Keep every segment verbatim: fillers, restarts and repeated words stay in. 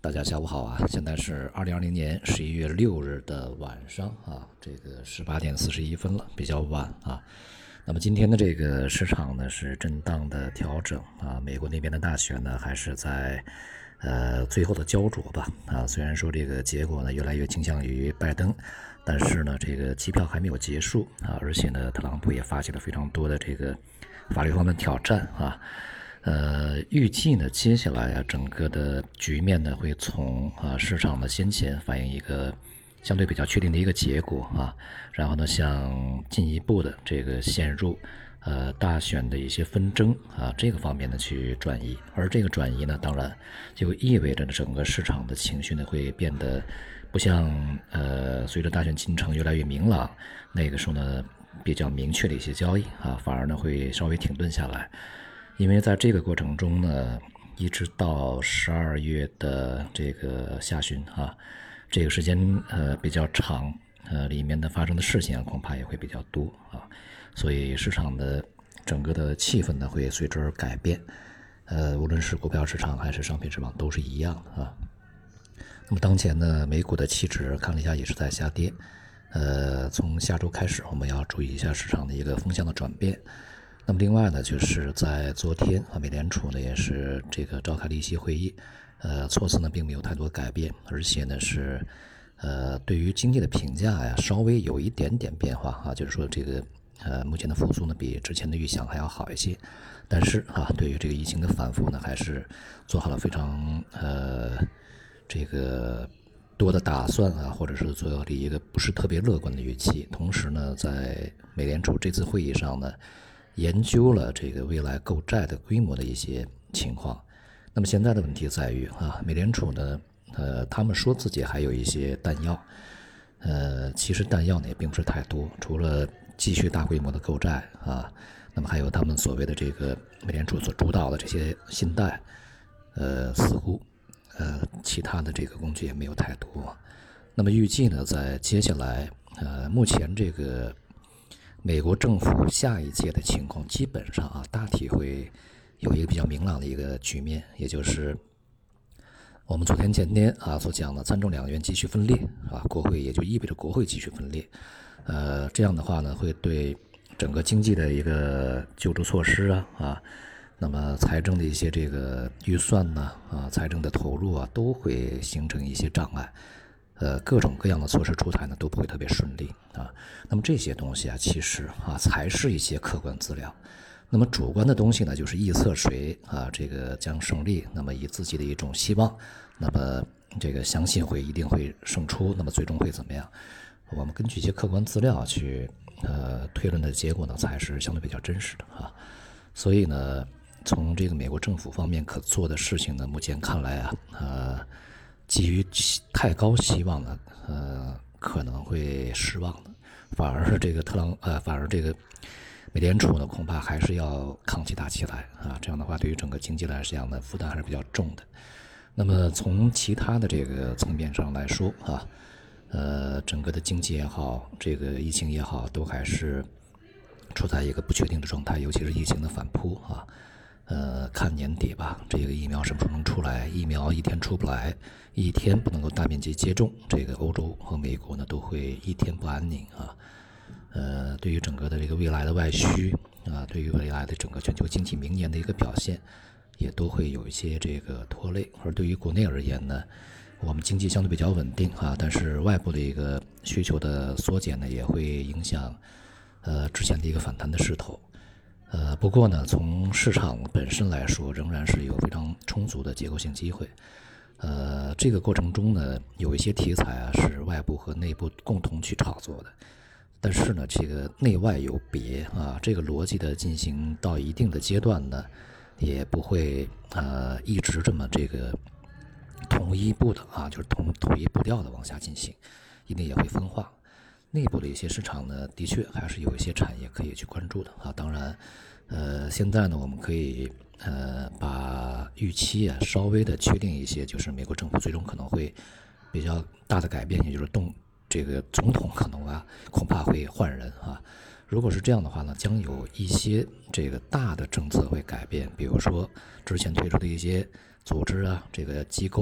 大家下午好啊！现在是二零二零年十一月六日的晚上啊，这个十八点四十一分了，比较晚啊。那么今天的这个市场呢是震荡的调整啊，美国那边的大选呢还是在呃最后的焦灼吧啊。虽然说这个结果呢越来越倾向于拜登，但是呢这个机票还没有结束啊，而且呢特朗普也发起了非常多的这个法律方面挑战啊。呃，预计呢，接下来啊，整个的局面呢，会从啊市场的先前反映一个相对比较确定的一个结果啊，然后呢，向进一步的这个陷入呃大选的一些纷争啊这个方面呢去转移，而这个转移呢，当然就意味着整个市场的情绪呢会变得不像呃随着大选进程越来越明朗，那个时候呢比较明确的一些交易啊，反而呢会稍微停顿下来。因为在这个过程中呢，一直到十二月的这个下旬啊，这个时间呃比较长，呃里面的发生的事情啊恐怕也会比较多啊，所以市场的整个的气氛呢会随之而改变，呃无论是股票市场还是商品市场都是一样的啊。那么当前呢，美股的期指看了一下也是在下跌，呃从下周开始我们要注意一下市场的一个风向的转变。那么另外呢，就是在昨天啊，美联储呢也是这个召开了一些会议，呃，措辞呢并没有太多改变，而且呢是呃对于经济的评价呀稍微有一点点变化啊，就是说这个呃目前的复苏呢比之前的预想还要好一些，但是啊对于这个疫情的反复呢还是做好了非常呃这个多的打算啊，或者是做了一个不是特别乐观的预期，同时呢在美联储这次会议上呢。研究了这个未来购债的规模的一些情况，那么现在的问题在于啊，美联储呢，呃，他们说自己还有一些弹药，呃，其实弹药呢也并不是太多，除了继续大规模的购债啊，那么还有他们所谓的这个美联储所主导的这些信贷，呃，似乎呃其他的这个工具也没有太多，那么预计呢，在接下来呃目前这个。美国政府下一届的情况基本上啊，大体会有一个比较明朗的一个局面，也就是我们昨天前天啊所讲的参众两院继续分裂啊，国会也就意味着国会继续分裂，呃，这样的话呢，会对整个经济的一个救助措施啊啊，那么财政的一些这个预算呢啊，财政的投入啊，都会形成一些障碍。呃，各种各样的措施出台呢都不会特别顺利啊。那么这些东西啊，其实啊才是一些客观资料。那么主观的东西呢，就是预测谁啊这个将胜利，那么以自己的一种希望，那么这个相信会一定会胜出，那么最终会怎么样？我们根据一些客观资料去呃推论的结果呢，才是相对比较真实的啊。所以呢，从这个美国政府方面可做的事情呢，目前看来啊，呃。基于太高希望呢，呃，可能会失望的。反而是这个特朗，呃，反而这个美联储呢，恐怕还是要扛起大旗来啊。这样的话，对于整个经济来讲呢，负担还是比较重的。那么从其他的这个层面上来说啊，呃，整个的经济也好，这个疫情也好，都还是处在一个不确定的状态，尤其是疫情的反扑啊。呃，看年底吧，这个疫苗什么时候能出来？疫苗一天出不来，一天不能够大面积接种，这个欧洲和美国呢都会一天不安宁啊。呃，对于整个的这个未来的外需啊，对于未来的整个全球经济明年的一个表现，也都会有一些这个拖累。而对于国内而言呢，我们经济相对比较稳定啊，但是外部的一个需求的缩减呢，也会影响呃之前的一个反弹的势头。呃，不过呢，从市场本身来说，仍然是有非常充足的结构性机会。呃，这个过程中呢，有一些题材啊是外部和内部共同去炒作的，但是呢，这个内外有别啊，这个逻辑的进行到一定的阶段呢，也不会呃一直这么这个同一步的啊，就是同同一步调的往下进行，一定也会分化。内部的一些市场呢，的确还是有一些产业可以去关注的啊。当然，呃，现在呢，我们可以呃把预期啊稍微的确定一些，就是美国政府最终可能会比较大的改变，也就是动这个总统可能啊恐怕会换人啊。如果是这样的话呢，将有一些这个大的政策会改变，比如说之前推出的一些组织啊、这个机构啊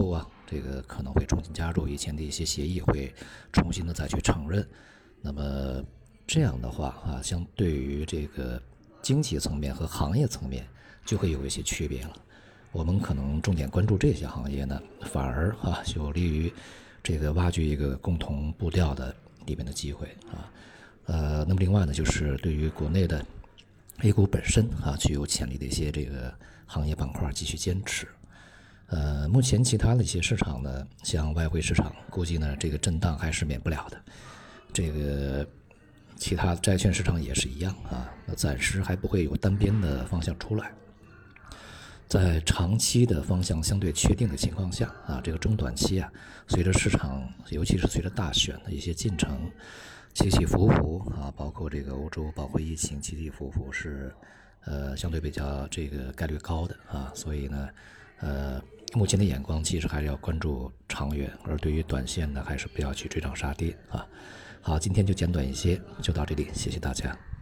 这个可能会重新加入以前的一些协议，会重新的再去承认。那么这样的话啊，相对于这个经济层面和行业层面就会有一些区别了。我们可能重点关注这些行业呢，反而啊有利于这个挖掘一个共同步调的里面的机会啊。呃，那么另外呢，就是对于国内的 A 股本身啊具有潜力的一些这个行业板块继续坚持。呃，目前其他的一些市场呢，像外汇市场，估计呢这个震荡还是免不了的。这个其他债券市场也是一样啊，那暂时还不会有单边的方向出来。在长期的方向相对确定的情况下啊，这个中短期啊，随着市场，尤其是随着大选的一些进程起起伏伏啊，包括这个欧洲，包括疫情起起伏伏是呃相对比较这个概率高的啊，所以呢，呃，目前的眼光其实还是要关注长远，而对于短线呢，还是不要去追涨杀跌啊。好，今天就简短一些，就到这里，谢谢大家。